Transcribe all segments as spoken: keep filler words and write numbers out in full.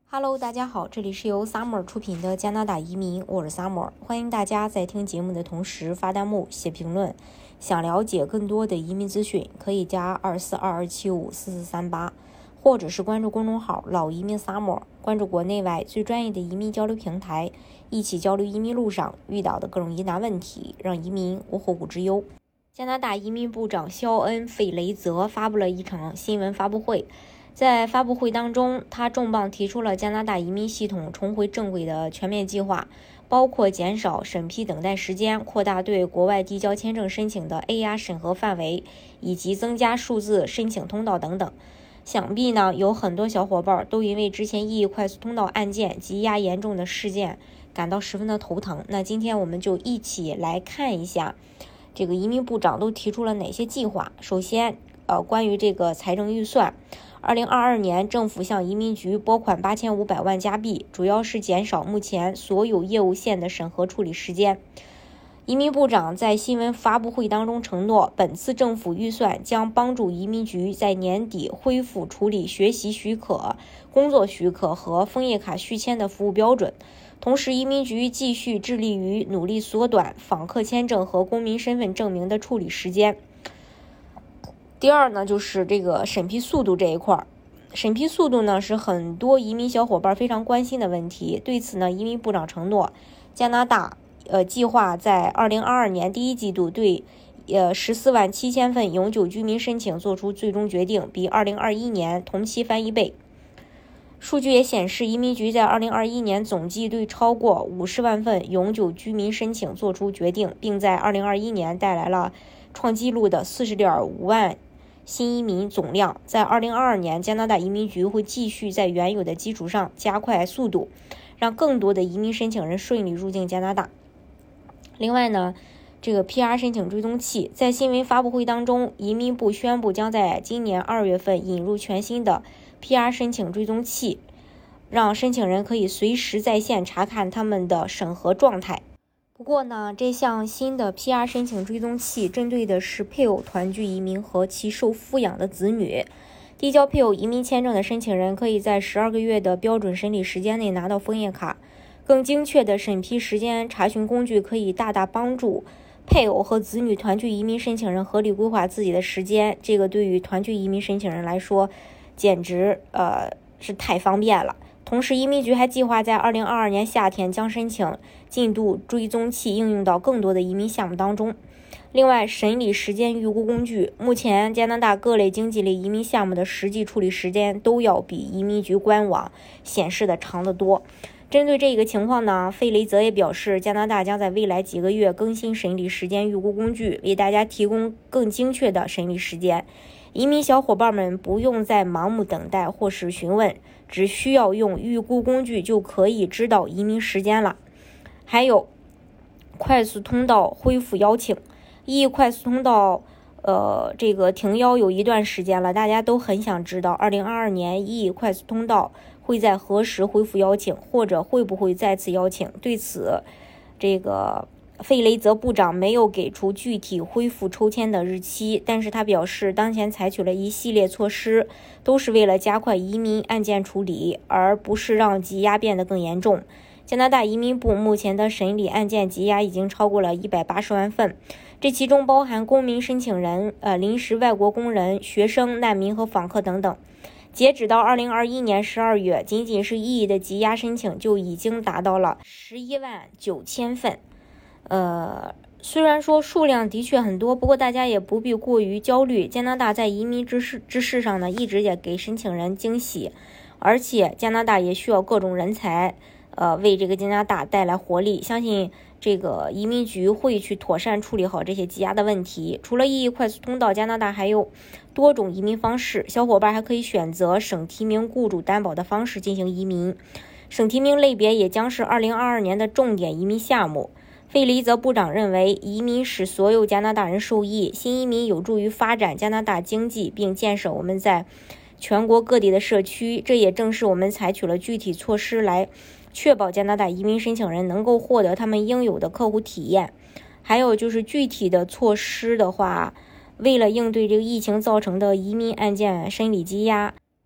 Hello， 大家好，这里是由 Summer 出品的加拿大移民，我是 Summer， 欢迎大家在听节目的同时发弹幕、写评论。想了解更多的移民资讯，可以加二四二二七五四四三八，或者是关注公众号老移民 Summer， 关注国内外最专业的移民交流平台，一起交流移民路上遇到的各种疑难问题，让移民无后顾之忧。加拿大移民部长肖恩·费雷泽发布了一场新闻发布会。在发布会当中，他重磅提出了加拿大移民系统重回正轨的全面计划，包括减少审批等待时间、扩大对国外递交签证申请的 A R 审核范围，以及增加数字申请通道等等。想必呢，有很多小伙伴都因为之前 E 快速通道案件积压严重的事件感到十分的头疼。那今天我们就一起来看一下，这个移民部长都提出了哪些计划。首先，呃，关于这个财政预算。二零二二年，政府向移民局拨款八千五百万加币，主要是减少目前所有业务线的审核处理时间。移民部长在新闻发布会当中承诺，本次政府预算将帮助移民局在年底恢复处理学习许可、工作许可和枫叶卡续签的服务标准。同时，移民局继续致力于努力缩短访客签证和公民身份证明的处理时间。第二呢，就是这个审批速度这一块儿，审批速度呢是很多移民小伙伴非常关心的问题。对此呢，移民部长承诺，加拿大呃计划在二零二二年第一季度对呃十四万七千份永久居民申请做出最终决定，比二零二一年同期翻一倍。数据也显示，移民局在二零二一年总计对超过五十万份永久居民申请做出决定，并在二零二一年带来了创纪录的 四十点五万新移民总量。在二零二二年，加拿大移民局会继续在原有的基础上加快速度，让更多的移民申请人顺利入境加拿大。另外呢，这个 P R 申请追踪器，在新闻发布会当中，移民部宣布将在今年二月份引入全新的 P R 申请追踪器，让申请人可以随时在线查看他们的审核状态。不过呢，这项新的 P R 申请追踪器针对的是配偶团聚移民和其受抚养的子女。递交配偶移民签证的申请人可以在十二个月的标准审理时间内拿到枫叶卡。更精确的审批时间查询工具可以大大帮助配偶和子女团聚移民申请人合理规划自己的时间。这个对于团聚移民申请人来说，简直呃是太方便了。同时，移民局还计划在二零二二年夏天将申请进度追踪器应用到更多的移民项目当中。另外，审理时间预估工具，目前加拿大各类经济类移民项目的实际处理时间都要比移民局官网显示的长得多。针对这个情况呢，费雷泽也表示，加拿大将在未来几个月更新审理时间预估工具，为大家提供更精确的审理时间。移民小伙伴们不用再盲目等待或是询问，只需要用预估工具就可以知道移民时间了。还有快速通道恢复邀请，E快速通道呃这个停邀有一段时间了，大家都很想知道二零二二年 E 快速通道会在何时恢复邀请，或者会不会再次邀请。对此，这个费雷泽部长没有给出具体恢复抽签的日期，但是他表示，当前采取了一系列措施，都是为了加快移民案件处理，而不是让积压变得更严重。加拿大移民部目前的审理案件积压已经超过了一百八十万份，这其中包含公民申请人、呃临时外国工人、学生、难民和访客等等。截止到二零二一年十二月，仅仅是E的积压申请就已经达到了十一万九千份。呃，虽然说数量的确很多，不过大家也不必过于焦虑。加拿大在移民之事之事上呢，一直也给申请人惊喜，而且加拿大也需要各种人才，呃，为这个加拿大带来活力。相信这个移民局会去妥善处理好这些积压的问题。除了 E 快速通道，加拿大还有多种移民方式，小伙伴还可以选择省提名雇主担保的方式进行移民。省提名类别也将是二零二二年的重点移民项目。费雷泽部长认为，移民使所有加拿大人受益，新移民有助于发展加拿大经济，并建设我们在全国各地的社区。这也正是我们采取了具体措施来确保加拿大移民申请人能够获得他们应有的客户体验。还有就是具体的措施的话，为了应对这个疫情造成的移民案件审理积压，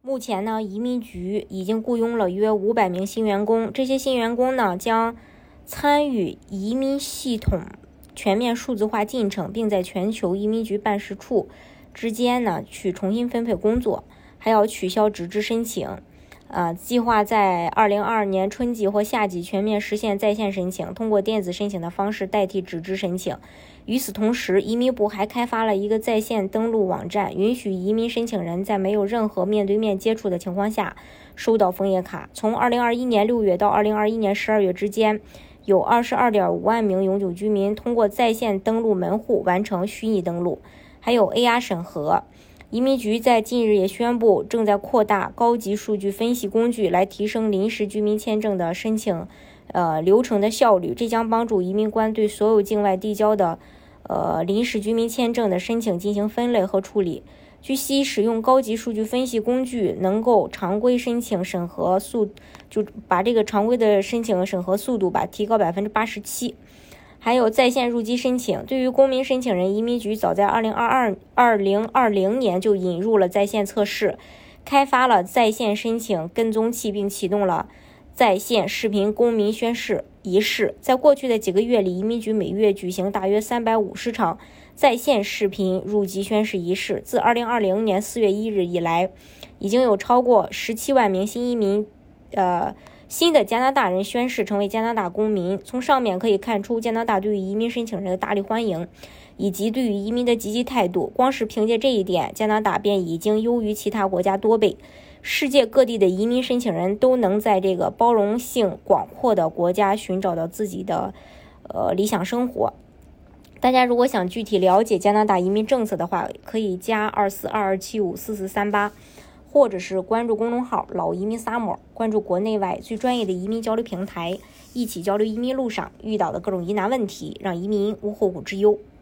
目前呢，移民局已经雇佣了约五百名新员工，这些新员工呢将参与移民系统全面数字化进程，并在全球移民局办事处之间呢去重新分配工作，还要取消纸质申请。呃，计划在二零二二年春季或夏季全面实现在线申请，通过电子申请的方式代替纸质申请。与此同时，移民部还开发了一个在线登录网站，允许移民申请人在没有任何面对面接触的情况下收到枫叶卡。从二零二一年六月到二零二一年十二月之间，有 二十二点五万名永久居民通过在线登录门户完成虚拟登录，还有 A R 审核。移民局在近日也宣布，正在扩大高级数据分析工具，来提升临时居民签证的申请呃流程的效率。这将帮助移民官对所有境外递交的呃临时居民签证的申请进行分类和处理。据悉，使用高级数据分析工具能够常规申请审核速就把这个常规的申请审核速度吧提高百分之八十七。还有在线入籍申请，对于公民申请人，移民局早在二零二二、二零二零年就引入了在线测试，开发了在线申请跟踪器，并启动了在线视频公民宣誓仪式。在过去的几个月里，移民局每月举行大约三百五十场在线视频入籍宣誓仪式。自二零二零年四月一日以来，已经有超过十七万名新移民呃。新的加拿大人宣誓成为加拿大公民。从上面可以看出，加拿大对于移民申请人的大力欢迎，以及对于移民的积极态度。光是凭借这一点，加拿大便已经优于其他国家多倍。世界各地的移民申请人都能在这个包容性广阔的国家寻找到自己的呃理想生活。大家如果想具体了解加拿大移民政策的话，可以加二四二二七五四四三八。或者是关注公众号老移民 Summer， 关注国内外最专业的移民交流平台，一起交流移民路上遇到的各种疑难问题，让移民无后顾之忧。